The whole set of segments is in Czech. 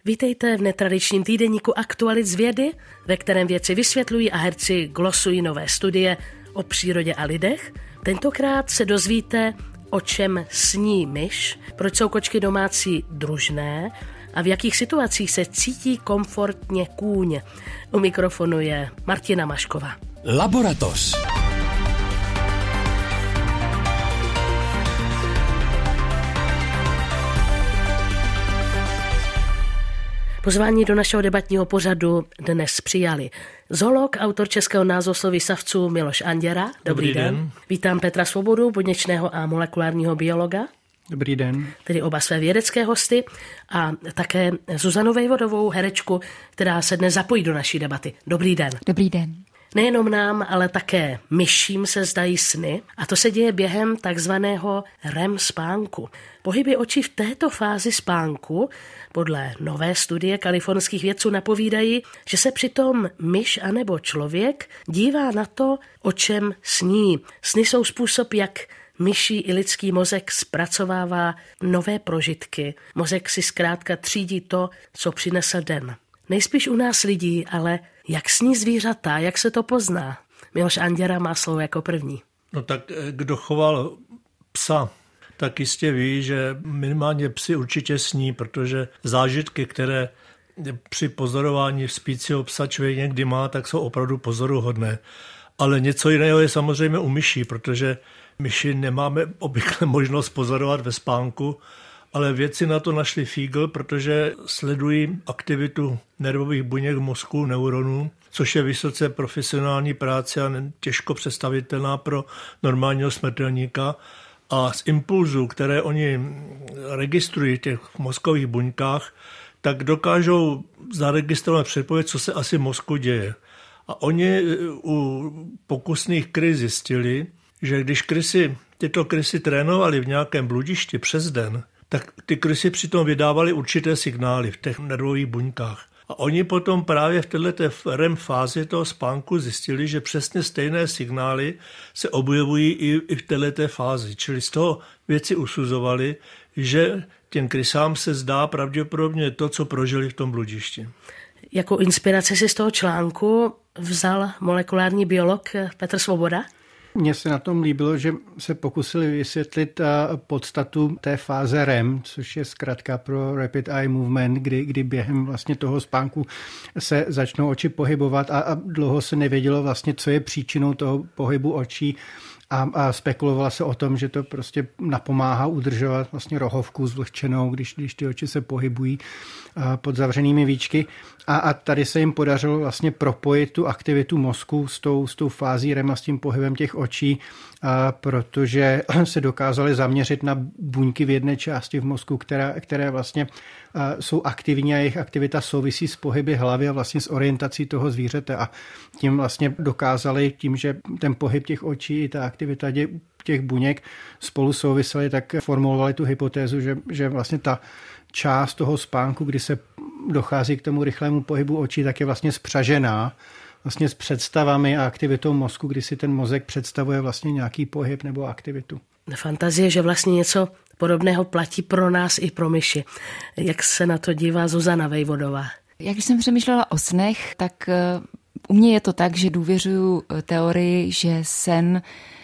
Vítejte v netradičním týdeníku Aktualit z vědy, ve kterém vědci vysvětlují a herci glosují nové studie o přírodě a lidech. Tentokrát se dozvíte, o čem sní myš, proč jsou kočky domácí družné a v jakých situacích se cítí komfortně kůň. U mikrofonu je Martina Mašková. Laboratoř. Pozvání do našeho debatního pořadu dnes přijali zoolog, autor českého názvosloví savců Miloš Anděra. Dobrý den. Vítám Petra Svobodu, buněčného a molekulárního biologa. Dobrý den. Tedy oba své vědecké hosty a také Zuzanu Vejvodovou, herečku, která se dnes zapojí do naší debaty. Dobrý den. Dobrý den. Nejenom nám, ale také myším se zdají sny a to se děje během takzvaného REM spánku. Pohyby očí v této fázi spánku podle nové studie kalifornských vědců napovídají, že se přitom myš anebo člověk dívá na to, o čem sní. Sny jsou způsob, jak myší i lidský mozek zpracovává nové prožitky. Mozek si zkrátka třídí to, co přinesl den. Nejspíš u nás lidí, ale jak sní zvířata, jak se to pozná? Miloš Anděra má slovo jako první. No tak kdo choval psa, tak jistě ví, že minimálně psi určitě sní, protože zážitky, které při pozorování spícího psa člověk někdy má, tak jsou opravdu pozoruhodné. Ale něco jiného je samozřejmě u myší, protože myši nemáme obvykle možnost pozorovat ve spánku, ale vědci na to našli fígl, protože sledují aktivitu nervových buněk v mozku, neuronů, což je vysoce profesionální práce a těžko představitelná pro normálního smrtelníka. A z impulzů, které oni registrují v těch mozkových buňkách, tak dokážou zaregistrovat předpověď, co se asi v mozku děje. A oni u pokusných krys zjistili, že když tyto krysy trénovali v nějakém bludišti přes den, tak ty krysy přitom vydávaly určité signály v těch nervových buňkách. A oni potom právě v této REM fázi toho spánku zjistili, že přesně stejné signály se objevují i v této fázi. Čili z toho vědci usuzovali, že těm krysám se zdá pravděpodobně to, co prožili v tom bludišti. Jako inspiraci si z toho článku vzal molekulární biolog Petr Svoboda? Mně se na tom líbilo, že se pokusili vysvětlit podstatu té fáze REM, což je zkrátka pro Rapid Eye Movement, kdy během vlastně toho spánku se začnou oči pohybovat a dlouho se nevědělo vlastně, co je příčinou toho pohybu očí. A spekulovalo se o tom, že to prostě napomáhá udržovat vlastně rohovku zvlhčenou, když ty oči se pohybují pod zavřenými víčky. A tady se jim podařilo vlastně propojit tu aktivitu mozku s tou fází REM a s tím pohybem těch očí, protože se dokázali zaměřit na buňky v jedné části v mozku, které vlastně jsou aktivní a jejich aktivita souvisí s pohyby hlavy a vlastně s orientací toho zvířete. A tím vlastně dokázali, tím, že ten pohyb těch očí i ta aktivita těch buněk spolu souvisely, tak formulovali tu hypotézu, že vlastně ta část toho spánku, kdy se dochází k tomu rychlému pohybu očí, tak je vlastně spřažená vlastně s představami a aktivitou mozku, kdy si ten mozek představuje vlastně nějaký pohyb nebo aktivitu. Fantazie, že vlastně něco podobného platí pro nás i pro myši. Jak se na to dívá Zuzana Vejvodová? Jak jsem přemýšlela o snech, tak u mě je to tak, že důvěřuju teorii, že sen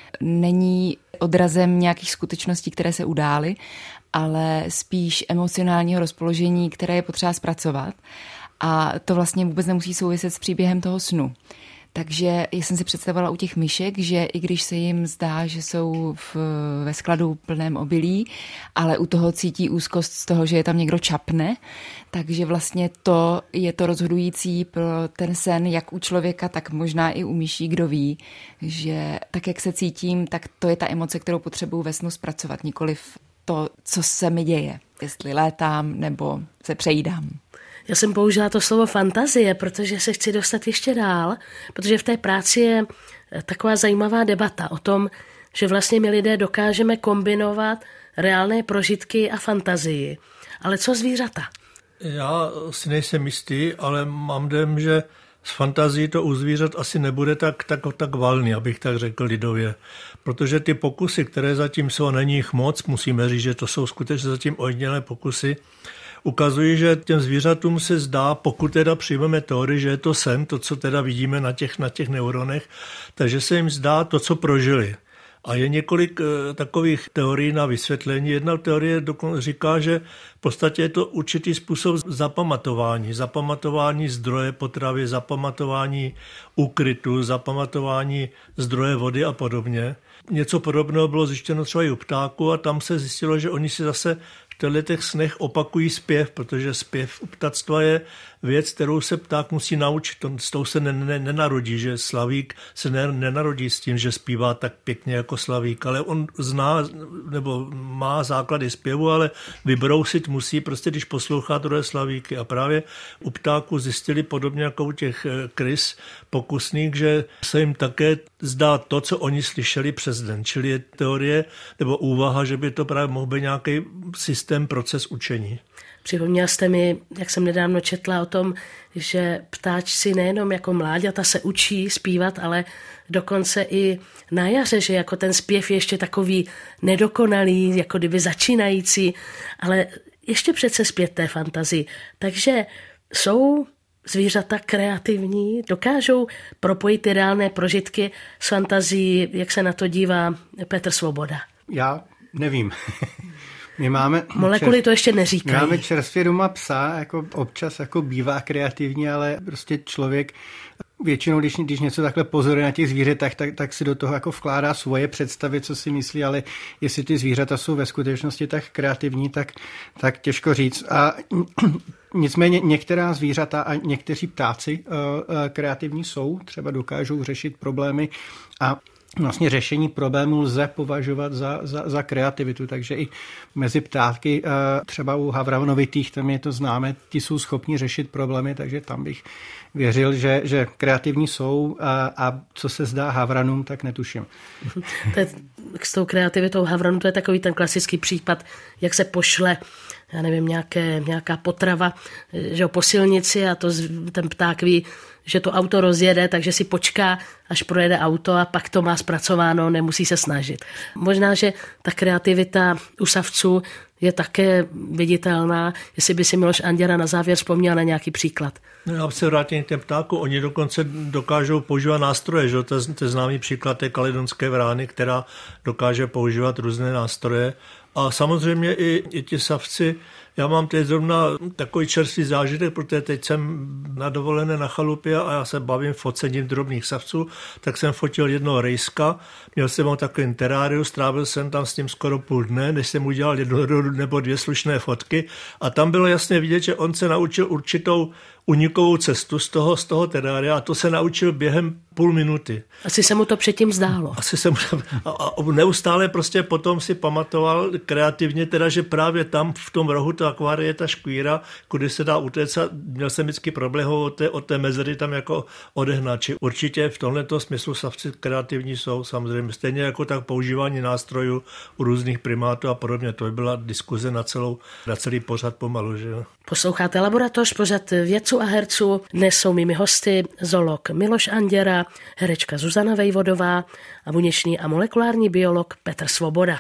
není odrazem nějakých skutečností, které se udály, ale spíš emocionálního rozpoložení, které je potřeba zpracovat. A to vlastně vůbec nemusí souviset s příběhem toho snu. Takže jsem si představila u těch myšek, že i když se jim zdá, že jsou ve skladu plném obilí, ale u toho cítí úzkost z toho, že je tam někdo čapne, takže vlastně to je to rozhodující pro ten sen, jak u člověka, tak možná i u myší, kdo ví, že tak, jak se cítím, tak to je ta emoce, kterou potřebuji ve snu zpracovat, nikoliv to, co se mi děje, jestli létám nebo se přejídám. Já jsem použila to slovo fantazie, protože se chci dostat ještě dál, protože v té práci je taková zajímavá debata o tom, že vlastně my lidé dokážeme kombinovat reálné prožitky a fantazii. Ale co zvířata? Já si nejsem jistý, ale mám dojem, že s fantazií to u zvířat asi nebude tak valný, abych tak řekl lidově. Protože ty pokusy, které zatím jsou, není jich moc, musíme říct, že to jsou skutečně zatím ojedinělé pokusy, ukazují, že těm zvířatům se zdá, pokud teda přijmeme teorii, že je to sen, to, co teda vidíme na těch neuronech, takže se jim zdá to, co prožili. A je několik takových teorií na vysvětlení. Jedna teorie říká, že v podstatě je to určitý způsob zapamatování zdroje potravy, zapamatování úkrytu, zapamatování zdroje vody a podobně. Něco podobného bylo zjištěno třeba i u ptáků a tam se zjistilo, že oni si zase v těch snech opakují zpěv, protože zpěv u ptactva je věc, kterou se pták musí naučit. S tou se nenarodí, že slavík se nenarodí s tím, že zpívá tak pěkně jako slavík, ale on zná nebo má základy zpěvu, ale vybrousit musí prostě, když poslouchá druhé slavíky. A právě u ptáků zjistili podobně jako u těch krys pokusných, že se jim také zdá to, co oni slyšeli přes den. Čili je teorie nebo úvaha, že by to právě mohl být nějaký systém, proces učení. Připomněl jste mi, jak jsem nedávno četla o tom, že ptáčci nejenom jako mláďata se učí zpívat, ale dokonce i na jaře, že jako ten zpěv je ještě takový nedokonalý, jako kdyby začínající, ale ještě přece zpět té fantazii. Takže jsou zvířata kreativní, dokážou propojit ty reálné prožitky s fantazií, jak se na to dívá Petr Svoboda? Já nevím. Molekuly to ještě neříkají. Máme čerstvě doma psa, jako občas jako bývá kreativní, ale prostě člověk většinou, když něco takhle pozoruje na těch zvířatech, tak si do toho jako vkládá svoje představy, co si myslí, ale jestli ty zvířata jsou ve skutečnosti tak kreativní, tak těžko říct. A nicméně některá zvířata a někteří ptáci kreativní jsou, třeba dokážou řešit problémy a vlastně řešení problémů lze považovat za kreativitu, takže i mezi ptátky, třeba u havranovitých, tam je to známe, ti jsou schopni řešit problémy, takže tam bych věřil, že kreativní jsou a co se zdá havranům, tak netuším. S tou kreativitou havranů to je takový ten klasický případ, jak se pošle, já nevím, nějaká potrava, že po silnici a ten pták ví, že to auto rozjede, takže si počká, až projede auto a pak to má zpracováno, nemusí se snažit. Možná, že ta kreativita u savců je také viditelná, jestli by si Miloš Anděra na závěr vzpomněl na nějaký příklad. Já se vrátím k těm ptáku. Oni dokonce dokážou používat nástroje. Že? To je známý příklad té kaledonské vrány, která dokáže používat různé nástroje. A samozřejmě i ti savci, já mám teď zrovna takový čerstvý zážitek, protože teď jsem na dovolené na chalupě a já se bavím focením drobných savců, tak jsem fotil jednoho rejska, měl jsem ho takový terárium, strávil jsem tam s ním skoro půl dne, než jsem udělal 1 nebo 2 slušné fotky a tam bylo jasně vidět, že on se naučil určitou unikovou cestu z toho terária a to se naučil během půl minuty. Asi se mu to předtím zdálo. A neustále prostě potom si pamatoval kreativně teda, že právě tam v tom rohu to akvárie je ta škvíra, kudy se dá utéct a měl jsem vždycky problém od té mezery tam jako odehnat. Či určitě v tomto smyslu savci kreativní jsou samozřejmě. Stejně jako tak používání nástrojů u různých primátů a podobně. To by byla diskuze na celý pořad pomalu. Že? Posloucháte Laboratoř, pořad vědců a herců. Dnes jsou mými hosty zoolog Miloš Anděra, herečka Zuzana Vejvodová a buněčný a molekulární biolog Petr Svoboda.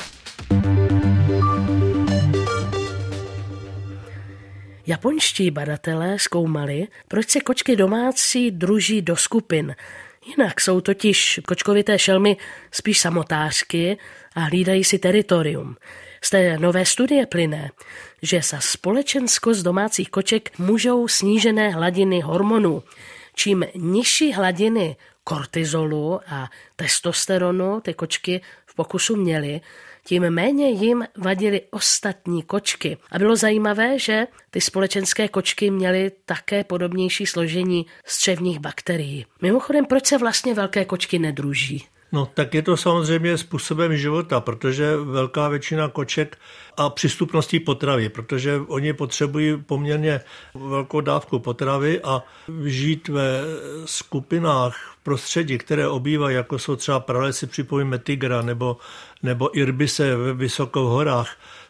Japonští badatelé zkoumali, proč se kočky domácí druží do skupin. Jinak jsou totiž kočkovité šelmy spíš samotářky a hlídají si teritorium. Z té nové studie plyne, že za společenskost domácích koček můžou snížené hladiny hormonů. Čím nižší hladiny kortizolu a testosteronu ty kočky v pokusu měly, tím méně jim vadily ostatní kočky. A bylo zajímavé, že ty společenské kočky měly také podobnější složení střevních bakterií. Mimochodem, proč se vlastně velké kočky nedruží? No, tak je to samozřejmě způsobem života, protože velká většina koček a přístupností potravy, protože oni potřebují poměrně velkou dávku potravy a žít ve skupinách prostředí, které obývají, jako jsou třeba pralesy, připojíme tygra nebo irbise ve vysokou horách,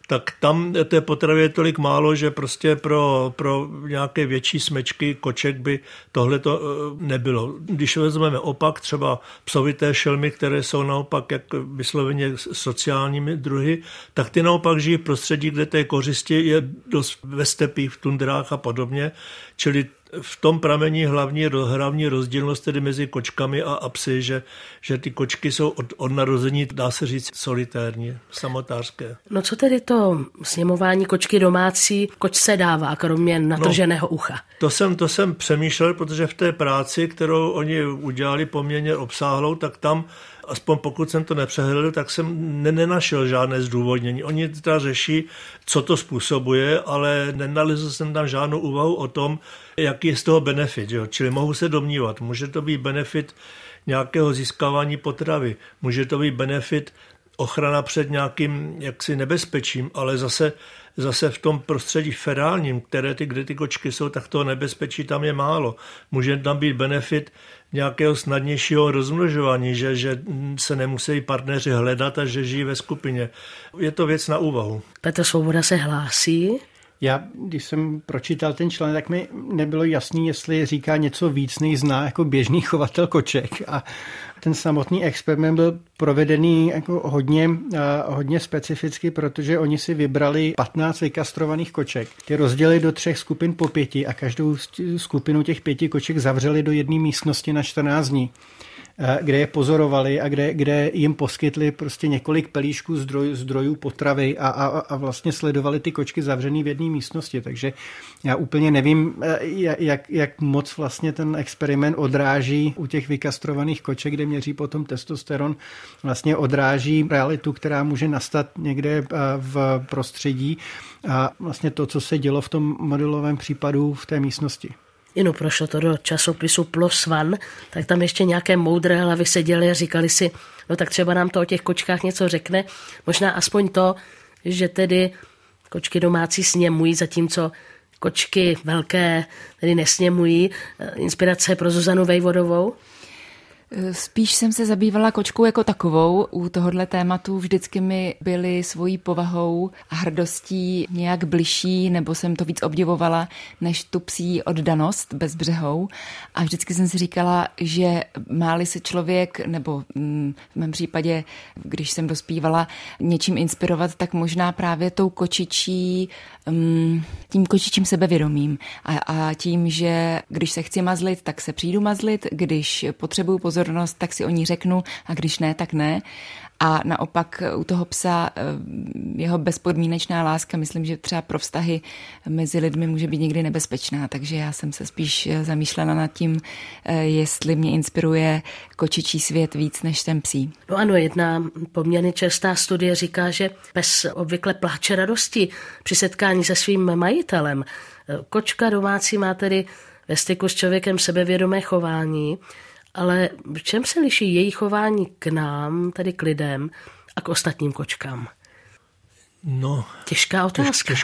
tak tam té potravy je tolik málo, že prostě pro nějaké větší smečky koček by tohleto nebylo. Když vezmeme opak, třeba psovité šelmy, které jsou naopak jak vysloveně sociálními druhy, tak ty naopak žijí v prostředí, kde té kořisti je dost ve stepích, v tundrách a podobně, čili v tom pramení hlavní rozdílnost tedy mezi kočkami a psy, že ty kočky jsou od narození, dá se říct, solitérní, samotářské. No co tedy to sněmování kočky domácí kočce dává, kromě natrženého ucha? To jsem přemýšlel, protože v té práci, kterou oni udělali poměrně obsáhlou, tak tam, aspoň pokud jsem to nepřehledl, tak jsem nenašel žádné zdůvodnění. Oni teda řeší, co to způsobuje, ale nenalezl jsem tam žádnou úvahu o tom, jaký je z toho benefit. Jo? Čili mohu se domnívat, může to být benefit nějakého získávání potravy, může to být benefit ochrana před nějakým jaksi nebezpečím, ale zase v tom prostředí ferálním, kde ty kočky jsou, tak toho nebezpečí tam je málo. Může tam být benefit nějakého snadnějšího rozmnožování, že se nemusí partneři hledat a že žijí ve skupině. Je to věc na úvahu. Petr Svoboda se hlásí. Já, když jsem pročítal ten článek, tak mi nebylo jasný, jestli říká něco víc, než zná jako běžný chovatel koček. A ten samotný experiment byl provedený jako hodně specificky, protože oni si vybrali 15 vykastrovaných koček. Ty rozdělili do 3 skupin po 5 a každou skupinu těch 5 koček zavřeli do jedné místnosti na 14 dní, kde je pozorovali a kde jim poskytli prostě několik pelíšků zdrojů potravy a vlastně sledovali ty kočky zavřený v jedné místnosti. Takže já úplně nevím, jak moc vlastně ten experiment odráží u těch vykastrovaných koček, kde měří potom testosteron, vlastně odráží realitu, která může nastat někde v prostředí a vlastně to, co se dělo v tom modelovém případu v té místnosti. Jenom prošlo to do časopisu PLOS ONE, tak tam ještě nějaké moudré hlavy seděly a říkali si, no tak třeba nám to o těch kočkách něco řekne, možná aspoň to, že tedy kočky domácí sněmují, zatímco kočky velké tedy nesněmují. Inspirace pro Zuzanu Vejvodovou? Spíš jsem se zabývala kočkou jako takovou. U tohohle tématu vždycky mi byly svojí povahou a hrdostí nějak bližší, nebo jsem to víc obdivovala, než tu psí oddanost bezbřehou. A vždycky jsem si říkala, že máli se člověk, nebo v mém případě, když jsem dospívala, něčím inspirovat, tak možná právě tou kočičí, tím kočičím sebevědomím. A tím, že když se chci mazlit, tak se přijdu mazlit, když potřebuju pozornost, tak si o ní řeknu a když ne, tak ne. A naopak u toho psa jeho bezpodmínečná láska, myslím, že třeba pro vztahy mezi lidmi může být někdy nebezpečná, takže já jsem se spíš zamýšlela nad tím, jestli mě inspiruje kočičí svět víc než ten psí. No ano, jedna poměrně čerstvá studie říká, že pes obvykle pláče radosti při setkání se svým majitelem. Kočka domácí má tedy ve styku s člověkem sebevědomé chování, ale v čem se liší její chování k nám, tedy k lidem, a k ostatním kočkám? No, těžká otázka.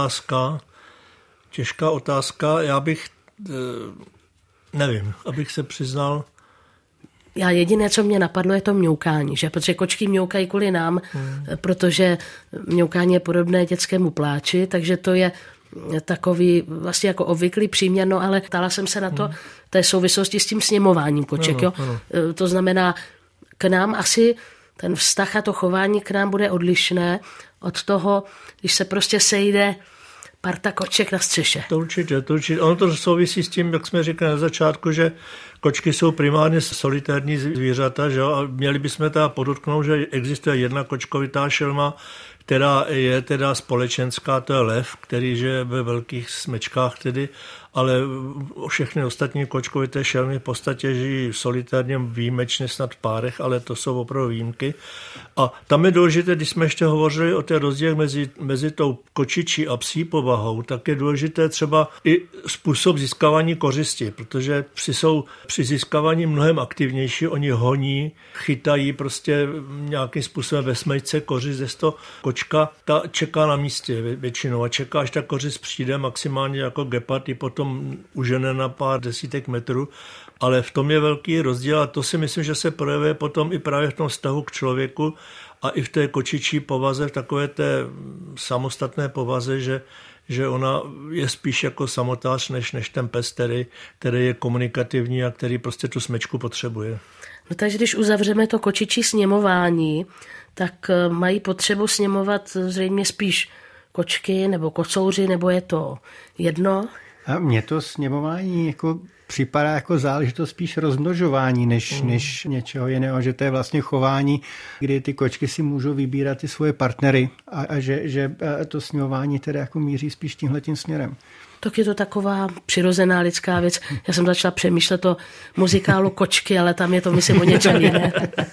Těžká otázka. Já bych, nevím, abych se přiznal. Já jediné, co mě napadlo, je to mňoukání, že? Protože kočky mňoukají kvůli nám, protože mňoukání je podobné dětskému pláči, takže to je takový vlastně jako obvyklý příměr, no ale ptala jsem se na to té souvislosti s tím sněmováním koček. Jo? To znamená, k nám asi ten vztah a to chování k nám bude odlišné od toho, když se prostě sejde parta koček na střeše. To určitě. Ono to souvisí s tím, jak jsme říkali na začátku, že kočky jsou primárně solitérní zvířata, že? A měli bychom teda podotknout, že existuje jedna kočkovitá šelma, která je teda společenská, to je lev, který žije ve velkých smečkách tedy, ale všechny ostatní kočkovité šelmy v podstatě žijí solitárně, výjimečně snad v párech, ale to jsou opravdu výjimky. A tam je důležité, když jsme ještě hovořili o té rozdíl mezi tou kočičí a psí povahou, tak je důležité třeba i způsob získávání kořisti, protože psi jsou při získávání mnohem aktivnější, oni honí, chytají prostě nějakým způsobem ve smečce kořist, to kočka, ta čeká na místě většinou a čeká, až ta kořist přijde, maximálně jako gepard, i potom užene na pár desítek metrů, ale v tom je velký rozdíl a to si myslím, že se projevuje potom i právě v tom vztahu k člověku a i v té kočičí povaze, v takové té samostatné povaze, že ona je spíš jako samotář, než ten pes, který je komunikativní a který prostě tu smečku potřebuje. No takže když uzavřeme to kočičí sněmování, tak mají potřebu sněmovat zřejmě spíš kočky nebo kocouři, nebo je to jedno? A mně to sněmování jako připadá jako záležitost spíš rozmnožování, než něčeho jiného, že to je vlastně chování, kdy ty kočky si můžou vybírat ty svoje partnery a že to sněmování tedy jako míří spíš tímhletím směrem. Tak je to taková přirozená lidská věc. Já jsem začala přemýšlet o muzikálu Kočky, ale tam je to, myslím, o něčem jiné.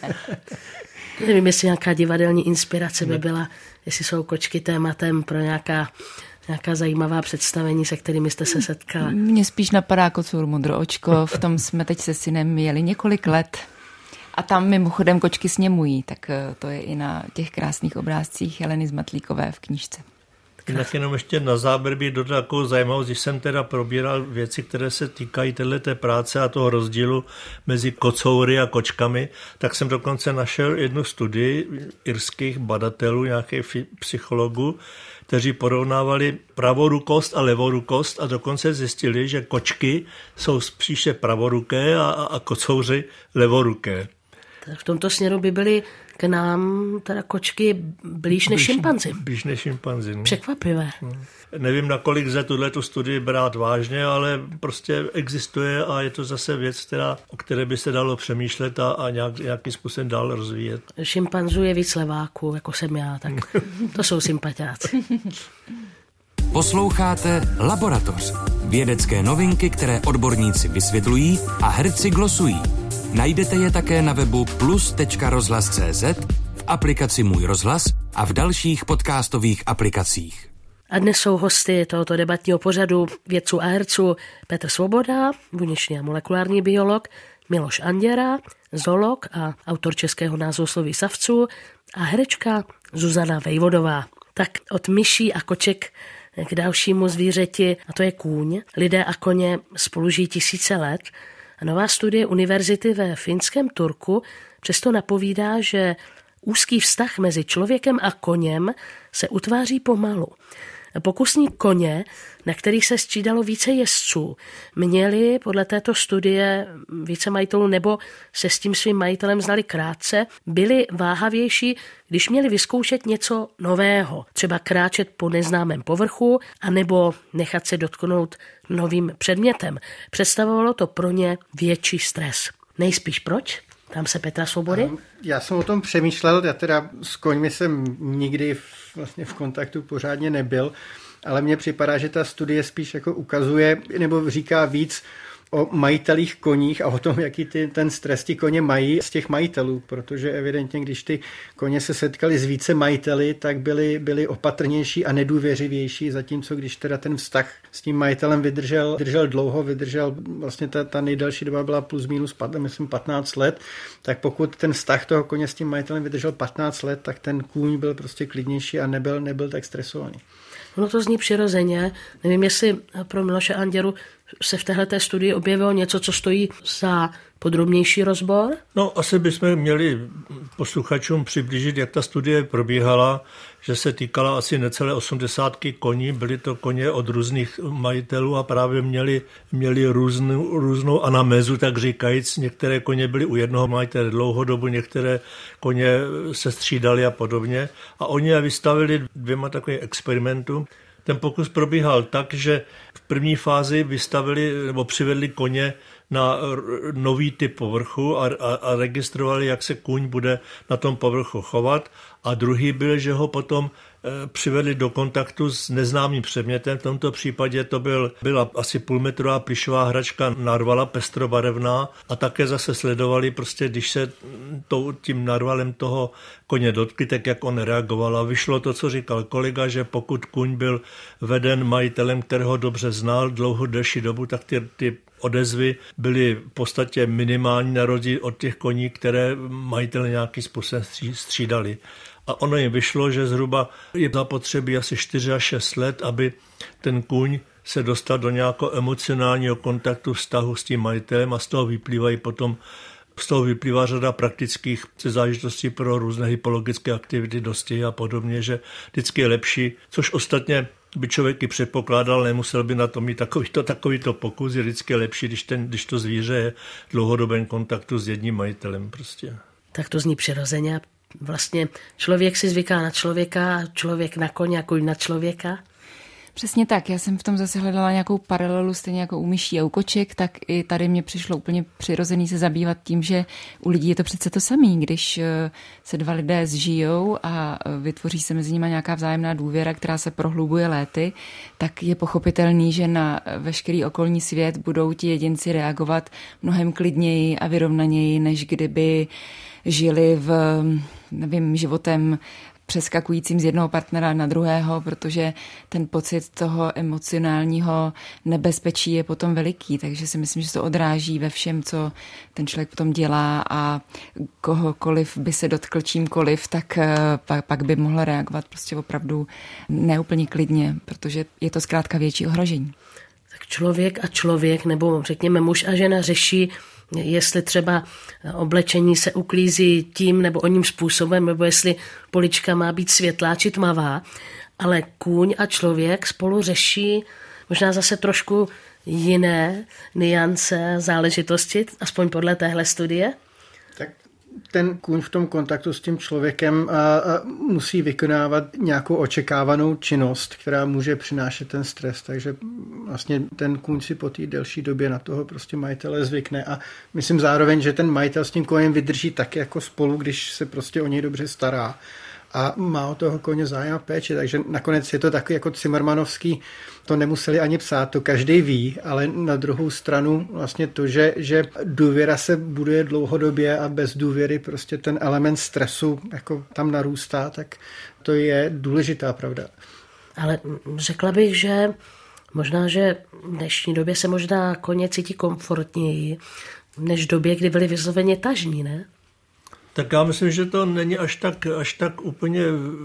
Nevím, jestli nějaká divadelní inspirace by byla, jestli jsou kočky tématem pro nějaká zajímavá představení, se kterými jste se setkala. Mně spíš napadá Kocour Modroočko, v tom jsme teď se synem jeli několik let. A tam mimochodem kočky sněmují, tak to je i na těch krásných obrázcích Heleny Zmatlíkové v knížce. Tak jenom ještě na záběr bych dodal takovou zajímavost, když jsem teda probíral věci, které se týkají této práce a toho rozdílu mezi kocoury a kočkami, tak jsem dokonce našel jednu studii irských badatelů, nějakých psychologů, kteří porovnávali pravorukost a levorukost a dokonce zjistili, že kočky jsou spíše pravoruké a kocouři levoruké. V tomto směru by byly k nám teda kočky blíž než šimpanzi. Blíž než šimpanzi. No. Překvapivé. Nevím, nakolik lze tuto studii brát vážně, ale prostě existuje a je to zase věc, o které by se dalo přemýšlet a nějakým způsobem dál rozvíjet. Šimpanzů je víc leváků, jako jsem já, tak to jsou sympatiáci. Posloucháte Laboratoř. Vědecké novinky, které odborníci vysvětlují a herci glosují. Najdete je také na webu plus.rozhlas.cz, v aplikaci Můj rozhlas a v dalších podcastových aplikacích. A dnes jsou hosty tohoto debatního pořadu vědců a herců Petr Svoboda, buněčný a molekulární biolog, Miloš Anděra, zoolog a autor českého názvosloví savců a herečka Zuzana Vejvodová. Tak od myší a koček k dalšímu zvířeti, a to je kůň. Lidé a koně spolu žijí tisíce let. A nová studie univerzity ve finském Turku přesto napovídá, že úzký vztah mezi člověkem a koněm se utváří pomalu. Pokusní koně, na kterých se střídalo více jezdců, měli podle této studie více majitelů nebo se s tím svým majitelem znali krátce, byli váhavější, když měli vyzkoušet něco nového, třeba kráčet po neznámém povrchu anebo nechat se dotknout novým předmětem. Představovalo to pro ně větší stres. Nejspíš proč? Tam se Petra Svobody? Já jsem o tom přemýšlel, já teda s koňmi jsem nikdy vlastně v kontaktu pořádně nebyl, ale mně připadá, že ta studie spíš jako ukazuje nebo říká víc o majitelích koních a o tom, jaký ten stres ti koně mají z těch majitelů, protože evidentně, když ty koně se setkali s více majiteli, tak byli opatrnější a nedůvěřivější, zatímco když teda ten vztah s tím majitelem vydržel dlouho, vlastně ta nejdelší doba byla plus minus, myslím 15 let, tak pokud ten vztah toho koně s tím majitelem vydržel 15 let, tak ten kůň byl prostě klidnější a nebyl tak stresovaný. No to zní přirozeně. Nevím, jestli pro Miloše Anděru se v téhleté studii objevilo něco, co stojí za podrobnější rozbor? No, asi bychom měli posluchačům přiblížit, jak ta studie probíhala, že se týkala asi necelé 80 koní, byly to koně od různých majitelů a právě měli různou anamnézu, tak říkajíc. Některé koně byly u jednoho majitele dlouhou dobu, některé koně se střídaly a podobně. A oni je vystavili 2 takovým experimentům. Ten pokus probíhal tak, že v první fázi přivedli koně na nový typ povrchu a registrovali, jak se kůň bude na tom povrchu chovat. A druhý byl, že ho potom přivedli do kontaktu s neznámým předmětem. V tomto případě to byla asi půlmetrová plyšová hračka narvala, pestrobarevná, a také zase sledovali, prostě, když se tím narvalem toho koně dotkli, tak jak on reagoval. A vyšlo to, co říkal kolega, že pokud kůň byl veden majitelem, kterého dobře znal dlouhou delší dobu, tak ty odezvy byly v podstatě minimální na rozdíl od těch koní, které majitele nějakým způsobem střídali. a ono jim vyšlo, že zhruba je zapotřebí asi 4 až 6 let, aby ten kůň se dostal do nějakého emocionálního kontaktu, vztahu s tím majitelem a z toho vyplývá řada praktických záležitostí pro různé hypologické aktivity, dosti a podobně, že vždycky je lepší, což ostatně by člověk i předpokládal, nemusel by na to mít takovýto pokus, je vždycky lepší, když to zvíře je v dlouhodobém kontaktu s jedním majitelem prostě. Tak to zní přirozeně. Vlastně člověk si zvyká na člověka, člověk na koně a koň na člověka. Přesně tak, já jsem v tom zase hledala nějakou paralelu, stejně jako u myší a u koček, tak i tady mě přišlo úplně přirozený se zabývat tím, že u lidí je to přece to samé, když se dva lidé zžijou a vytvoří se mezi nimi nějaká vzájemná důvěra, která se prohlubuje léty, tak je pochopitelný, že na veškerý okolní svět budou ti jedinci reagovat mnohem klidněji a vyrovnaněji, než kdyby žili životem přeskakujícím z jednoho partnera na druhého, protože ten pocit toho emocionálního nebezpečí je potom veliký, takže si myslím, že se to odráží ve všem, co ten člověk potom dělá a kohokoliv by se dotkl čímkoliv, tak pak by mohl reagovat prostě opravdu neúplně klidně, protože je to zkrátka větší ohrožení. Tak člověk a člověk, nebo řekněme muž a žena řeší, jestli třeba oblečení se uklízí tím nebo oním způsobem, nebo jestli polička má být světlá či tmavá, ale kůň a člověk spolu řeší možná zase trošku jiné nuance záležitosti, aspoň podle téhle studie. Tak ten kůň v tom kontaktu s tím člověkem musí vykonávat nějakou očekávanou činnost, která může přinášet ten stres, takže vlastně ten kůň si po té delší době na toho prostě majitele zvykne a myslím zároveň, že ten majitel s tím koněm vydrží tak jako spolu, když se prostě o něj dobře stará a má o toho koně zájem a péči, takže nakonec je to takový jako cimrmanovský, to nemuseli ani psát, to každý ví, ale na druhou stranu vlastně to, že důvěra se buduje dlouhodobě a bez důvěry prostě ten element stresu jako tam narůstá, tak to je důležitá pravda. Ale řekla bych, že možná, že v dnešní době se možná koně cítí komfortněji, než v době, kdy byli vysloveně tažní, ne? Tak já myslím, že to není až tak úplně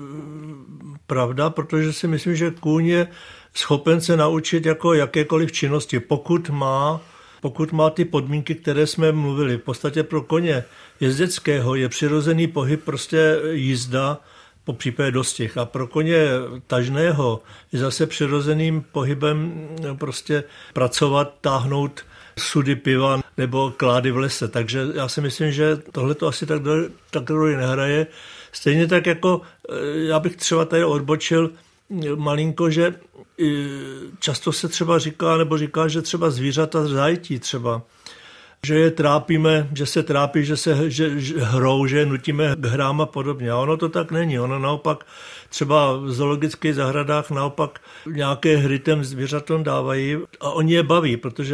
pravda, protože si myslím, že kůň je schopen se naučit jako jakékoliv činnosti, pokud má ty podmínky, které jsme mluvili. V podstatě pro koně jezdeckého je přirozený pohyb prostě jízda, po případě dostih. A pro koně tažného je zase přirozeným pohybem prostě pracovat, táhnout sudy piva nebo klády v lese. Takže já si myslím, že tohle to asi tak roli nehraje. Stejně tak jako já bych třeba tady odbočil malinko, že často se třeba říká, že třeba zvířata zajetí třeba, že je trápíme, že se trápí, že hrou, že nutíme k hrám a podobně. A ono to tak není. Ono naopak třeba v zoologických zahradách naopak nějaké hry těm zvířatům dávají a oni je baví, protože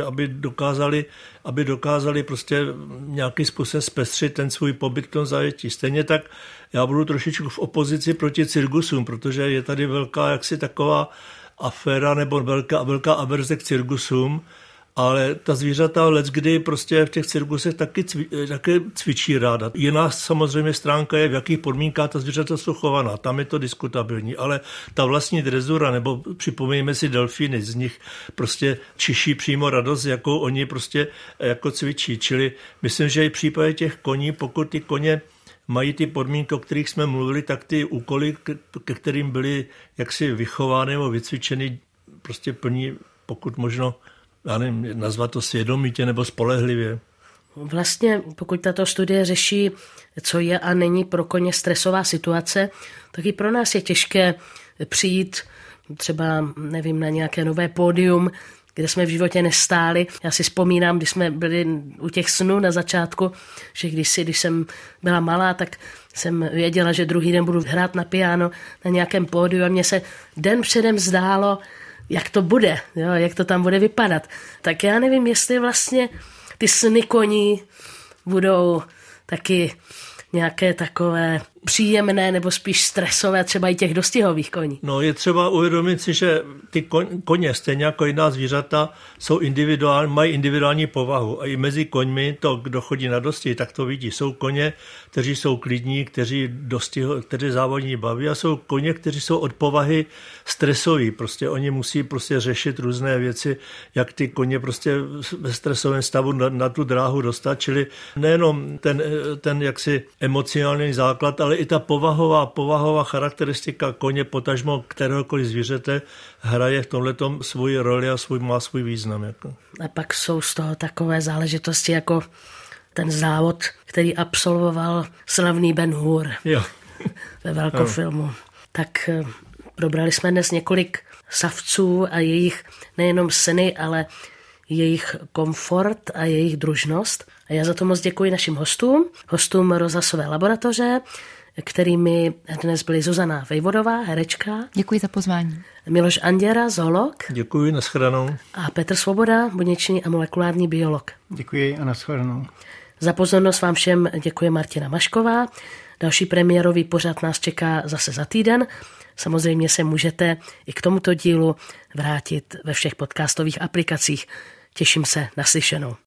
aby dokázali prostě nějakým způsobem zpestřit ten svůj pobyt v tom zajetí. Stejně tak já budu trošičku v opozici proti cirkusům, protože je tady velká jaksi taková aféra nebo velká averze k cirkusům, ale ta zvířata leckdy prostě v těch cirkusech taky cvičí ráda. Jiná samozřejmě stránka je, v jakých podmínkách ta zvířata jsou chovaná. Tam je to diskutabilní, ale ta vlastní drezura, nebo připomeňme si delfíny, z nich prostě čiší přímo radost, jakou oni prostě jako cvičí. Čili myslím, že i v případě těch koní, pokud ty koně mají ty podmínky, o kterých jsme mluvili, tak ty úkoly, ke kterým byly jaksi vychovány nebo vycvičeny, prostě plní, pokud možno, já nevím, nazvat to svědomitě nebo spolehlivě. Vlastně, pokud tato studie řeší, co je a není pro koně stresová situace, tak i pro nás je těžké přijít třeba, nevím, na nějaké nové pódium, kde jsme v životě nestáli. Já si vzpomínám, když jsme byli u těch snů na začátku, že když jsem byla malá, tak jsem věděla, že druhý den budu hrát na piano na nějakém pódiu a mně se den předem zdálo, jak to bude, jo, jak to tam bude vypadat. Tak já nevím, jestli vlastně ty sny koní budou taky nějaké takové příjemné nebo spíš stresové, třeba i těch dostihových koní? No, je třeba uvědomit si, že ty koně, stejně jako jiná zvířata, mají individuální povahu. A i mezi koňmi, to, kdo chodí na dostih, tak to vidí. Jsou koně, kteří jsou klidní, kteří závodní baví, a jsou koně, kteří jsou od povahy stresoví. Prostě oni musí prostě řešit různé věci, jak ty koně prostě ve stresovém stavu na tu dráhu dostat. Čili nejenom ten jaksi emocionální základ, ale i ta povahová charakteristika koně, potažmo kteréhokoliv zvířete, hraje v tomhletom svůj roli a má svůj význam. Jako. A pak jsou z toho takové záležitosti jako ten závod, který absolvoval slavný Ben Hur ve velkofilmu. Tak probrali jsme dnes několik savců a jejich nejenom sny, ale jejich komfort a jejich družnost. A já za to moc děkuji našim hostům Rozhlasové laboratoře, kterými dnes byly Zuzana Vejvodová, herečka. Děkuji za pozvání. Miloš Anděra, zoolog. Děkuji, nashledanou. A Petr Svoboda, buněčný a molekulární biolog. Děkuji a nashledanou. Za pozornost vám všem děkuje Martina Mašková. Další premiérový pořad nás čeká zase za týden. Samozřejmě se můžete i k tomuto dílu vrátit ve všech podcastových aplikacích. Těším se na slyšenou.